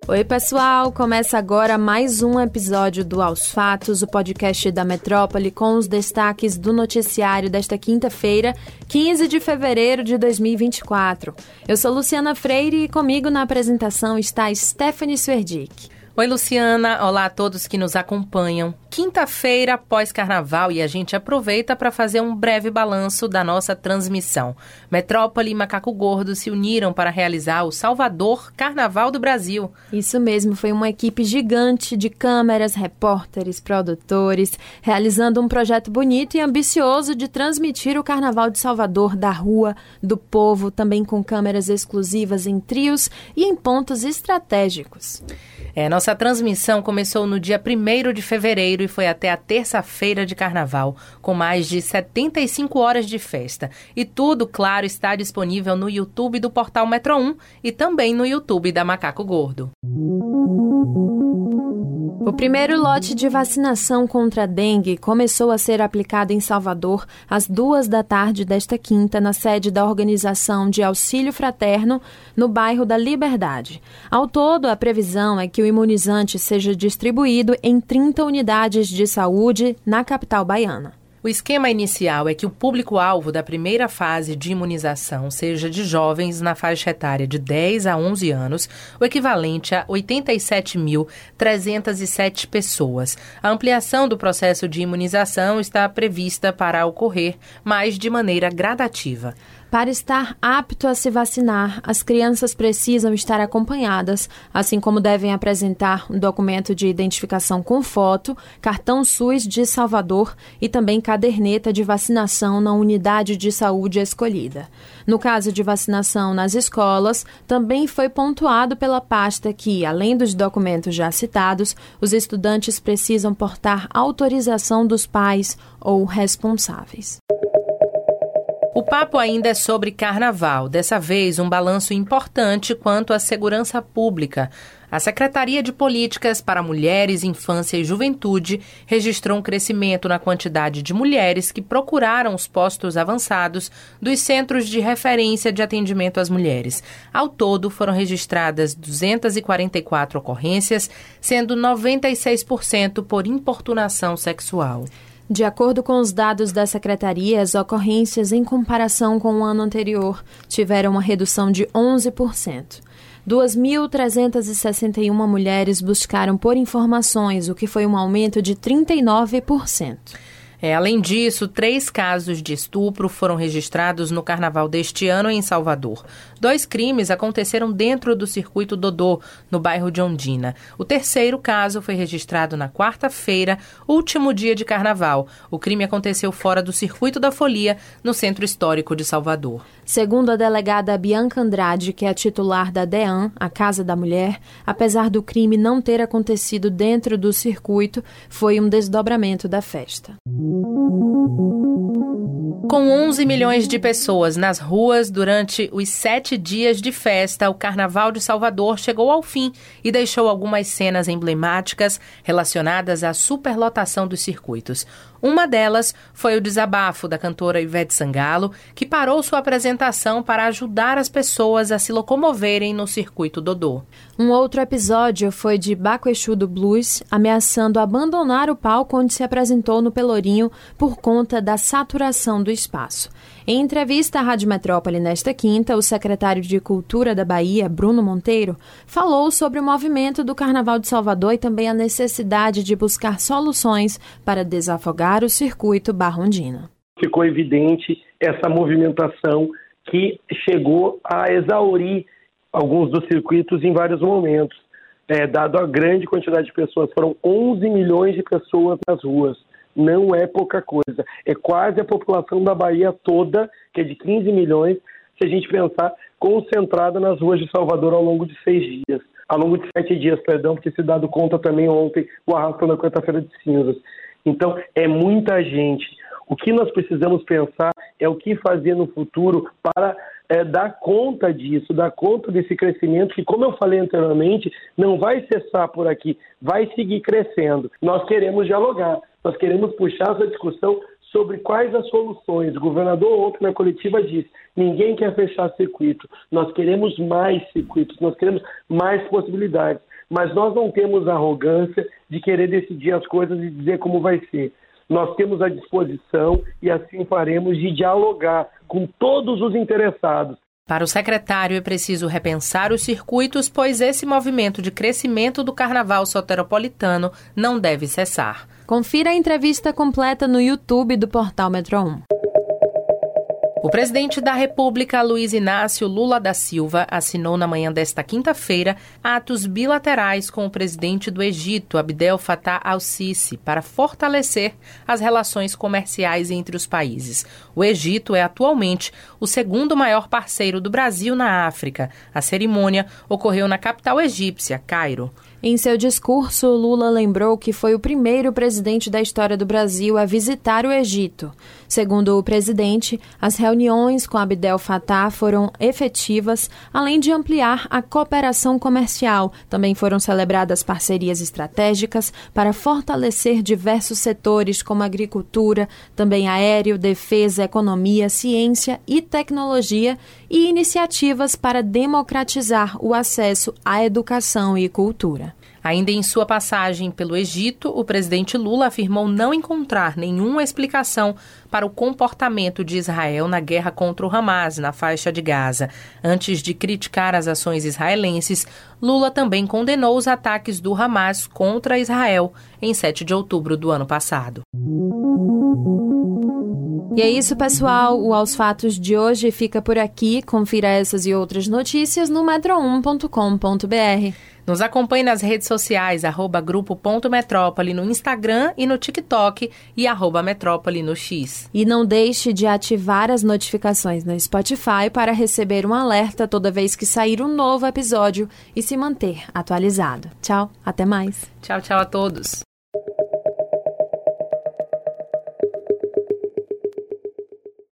Oi, pessoal! Começa agora mais um episódio do Aos Fatos, o podcast da Metrópole, com os destaques do noticiário desta quinta-feira, 15 de fevereiro de 2024. Eu sou Luciana Freire e comigo na apresentação está Stephanie Swerdick. Oi, Luciana. Olá a todos que nos acompanham. Quinta-feira pós-carnaval e a gente aproveita para fazer um breve balanço da nossa transmissão. Metrópole e Macaco Gordo se uniram para realizar o Salvador Carnaval do Brasil. Isso mesmo, foi uma equipe gigante de câmeras, repórteres, produtores, realizando um projeto bonito e ambicioso de transmitir o Carnaval de Salvador da rua, do povo, também com câmeras exclusivas em trios e em pontos estratégicos. Nossa transmissão começou no dia 1º de fevereiro e foi até a terça-feira de carnaval, com mais de 75 horas de festa. E tudo, claro, está disponível no YouTube do Portal Metro 1 e também no YouTube da Macaco Gordo. O primeiro lote de vacinação contra a dengue começou a ser aplicado em Salvador às 14h desta quinta, na sede da Organização de Auxílio Fraterno, no bairro da Liberdade. Ao todo, a previsão é que o imunizante seja distribuído em 30 unidades de saúde na capital baiana. O esquema inicial é que o público-alvo da primeira fase de imunização seja de jovens na faixa etária de 10 a 11 anos, o equivalente a 87.307 pessoas. A ampliação do processo de imunização está prevista para ocorrer, mas de maneira gradativa. Para estar apto a se vacinar, as crianças precisam estar acompanhadas, assim como devem apresentar um documento de identificação com foto, cartão SUS de Salvador e também caderneta de vacinação na unidade de saúde escolhida. No caso de vacinação nas escolas, também foi pontuado pela pasta que, além dos documentos já citados, os estudantes precisam portar autorização dos pais ou responsáveis. O papo ainda é sobre carnaval, dessa vez um balanço importante quanto à segurança pública. A Secretaria de Políticas para Mulheres, Infância e Juventude registrou um crescimento na quantidade de mulheres que procuraram os postos avançados dos Centros de Referência de Atendimento às Mulheres. Ao todo, foram registradas 244 ocorrências, sendo 96% por importunação sexual. De acordo com os dados da Secretaria, as ocorrências em comparação com o ano anterior tiveram uma redução de 11%. 2.361 mulheres buscaram por informações, o que foi um aumento de 39%. Além disso, 3 casos de estupro foram registrados no carnaval deste ano em Salvador. 2 crimes aconteceram dentro do circuito Dodô, no bairro de Ondina. O terceiro caso foi registrado na quarta-feira, último dia de carnaval. O crime aconteceu fora do circuito da Folia, no centro histórico de Salvador. Segundo a delegada Bianca Andrade, que é a titular da DEAN, a Casa da Mulher, apesar do crime não ter acontecido dentro do circuito, foi um desdobramento da festa. Com 11 milhões de pessoas nas ruas durante os 7 dias de festa, o Carnaval de Salvador chegou ao fim e deixou algumas cenas emblemáticas relacionadas à superlotação dos circuitos. Uma delas foi o desabafo da cantora Ivete Sangalo, que parou sua apresentação para ajudar as pessoas a se locomoverem no circuito Dodô. Um outro episódio foi de Baco Exu do Blues, ameaçando abandonar o palco onde se apresentou no Pelourinho por conta da saturação do espaço. Em entrevista à Rádio Metrópole nesta quinta, o secretário de Cultura da Bahia, Bruno Monteiro, falou sobre o movimento do Carnaval de Salvador e também a necessidade de buscar soluções para desafogar o circuito Barra Ondina. Ficou evidente essa movimentação que chegou a exaurir alguns dos circuitos em vários momentos. Dado a grande quantidade de pessoas, foram 11 milhões de pessoas nas ruas. Não é pouca coisa. É quase a população da Bahia toda, que é de 15 milhões, se a gente pensar, concentrada nas ruas de Salvador ao longo de 7 dias, porque esse dado conta também ontem o arrastão da quarta-feira de cinzas. Então, é muita gente. O que nós precisamos pensar é o que fazer no futuro para dar conta disso, dar conta desse crescimento que, como eu falei anteriormente, não vai cessar por aqui, vai seguir crescendo. Nós queremos dialogar, nós queremos puxar essa discussão sobre quais as soluções. O governador ontem na coletiva disse, ninguém quer fechar circuito, nós queremos mais circuitos, nós queremos mais possibilidades. mas nós não temos arrogância de querer decidir as coisas e dizer como vai ser. Nós temos a disposição, e assim faremos, de dialogar com todos os interessados. Para o secretário, é preciso repensar os circuitos, pois esse movimento de crescimento do carnaval soteropolitano não deve cessar. Confira a entrevista completa no YouTube do Portal Metro 1. O presidente da República, Luiz Inácio Lula da Silva, assinou na manhã desta quinta-feira atos bilaterais com o presidente do Egito, Abdel Fattah al-Sisi, para fortalecer as relações comerciais entre os países. O Egito é atualmente o segundo maior parceiro do Brasil na África. A cerimônia ocorreu na capital egípcia, Cairo. Em seu discurso, Lula lembrou que foi o primeiro presidente da história do Brasil a visitar o Egito. Segundo o presidente, as reuniões com Abdel Fattah foram efetivas, além de ampliar a cooperação comercial. Também foram celebradas parcerias estratégicas para fortalecer diversos setores como agricultura, também aéreo, defesa, economia, ciência e tecnologia, e iniciativas para democratizar o acesso à educação e cultura. Ainda em sua passagem pelo Egito, o presidente Lula afirmou não encontrar nenhuma explicação para o comportamento de Israel na guerra contra o Hamas, na faixa de Gaza. Antes de criticar as ações israelenses, Lula também condenou os ataques do Hamas contra Israel em 7 de outubro do ano passado. E é isso, pessoal. O Aos Fatos de hoje fica por aqui. Confira essas e outras notícias no metro1.com.br. Nos acompanhe nas redes sociais, @grupo.metrópole no Instagram e no TikTok e @metrópole no X. E não deixe de ativar as notificações no Spotify para receber um alerta toda vez que sair um novo episódio e se manter atualizado. Tchau, até mais. Tchau, tchau a todos.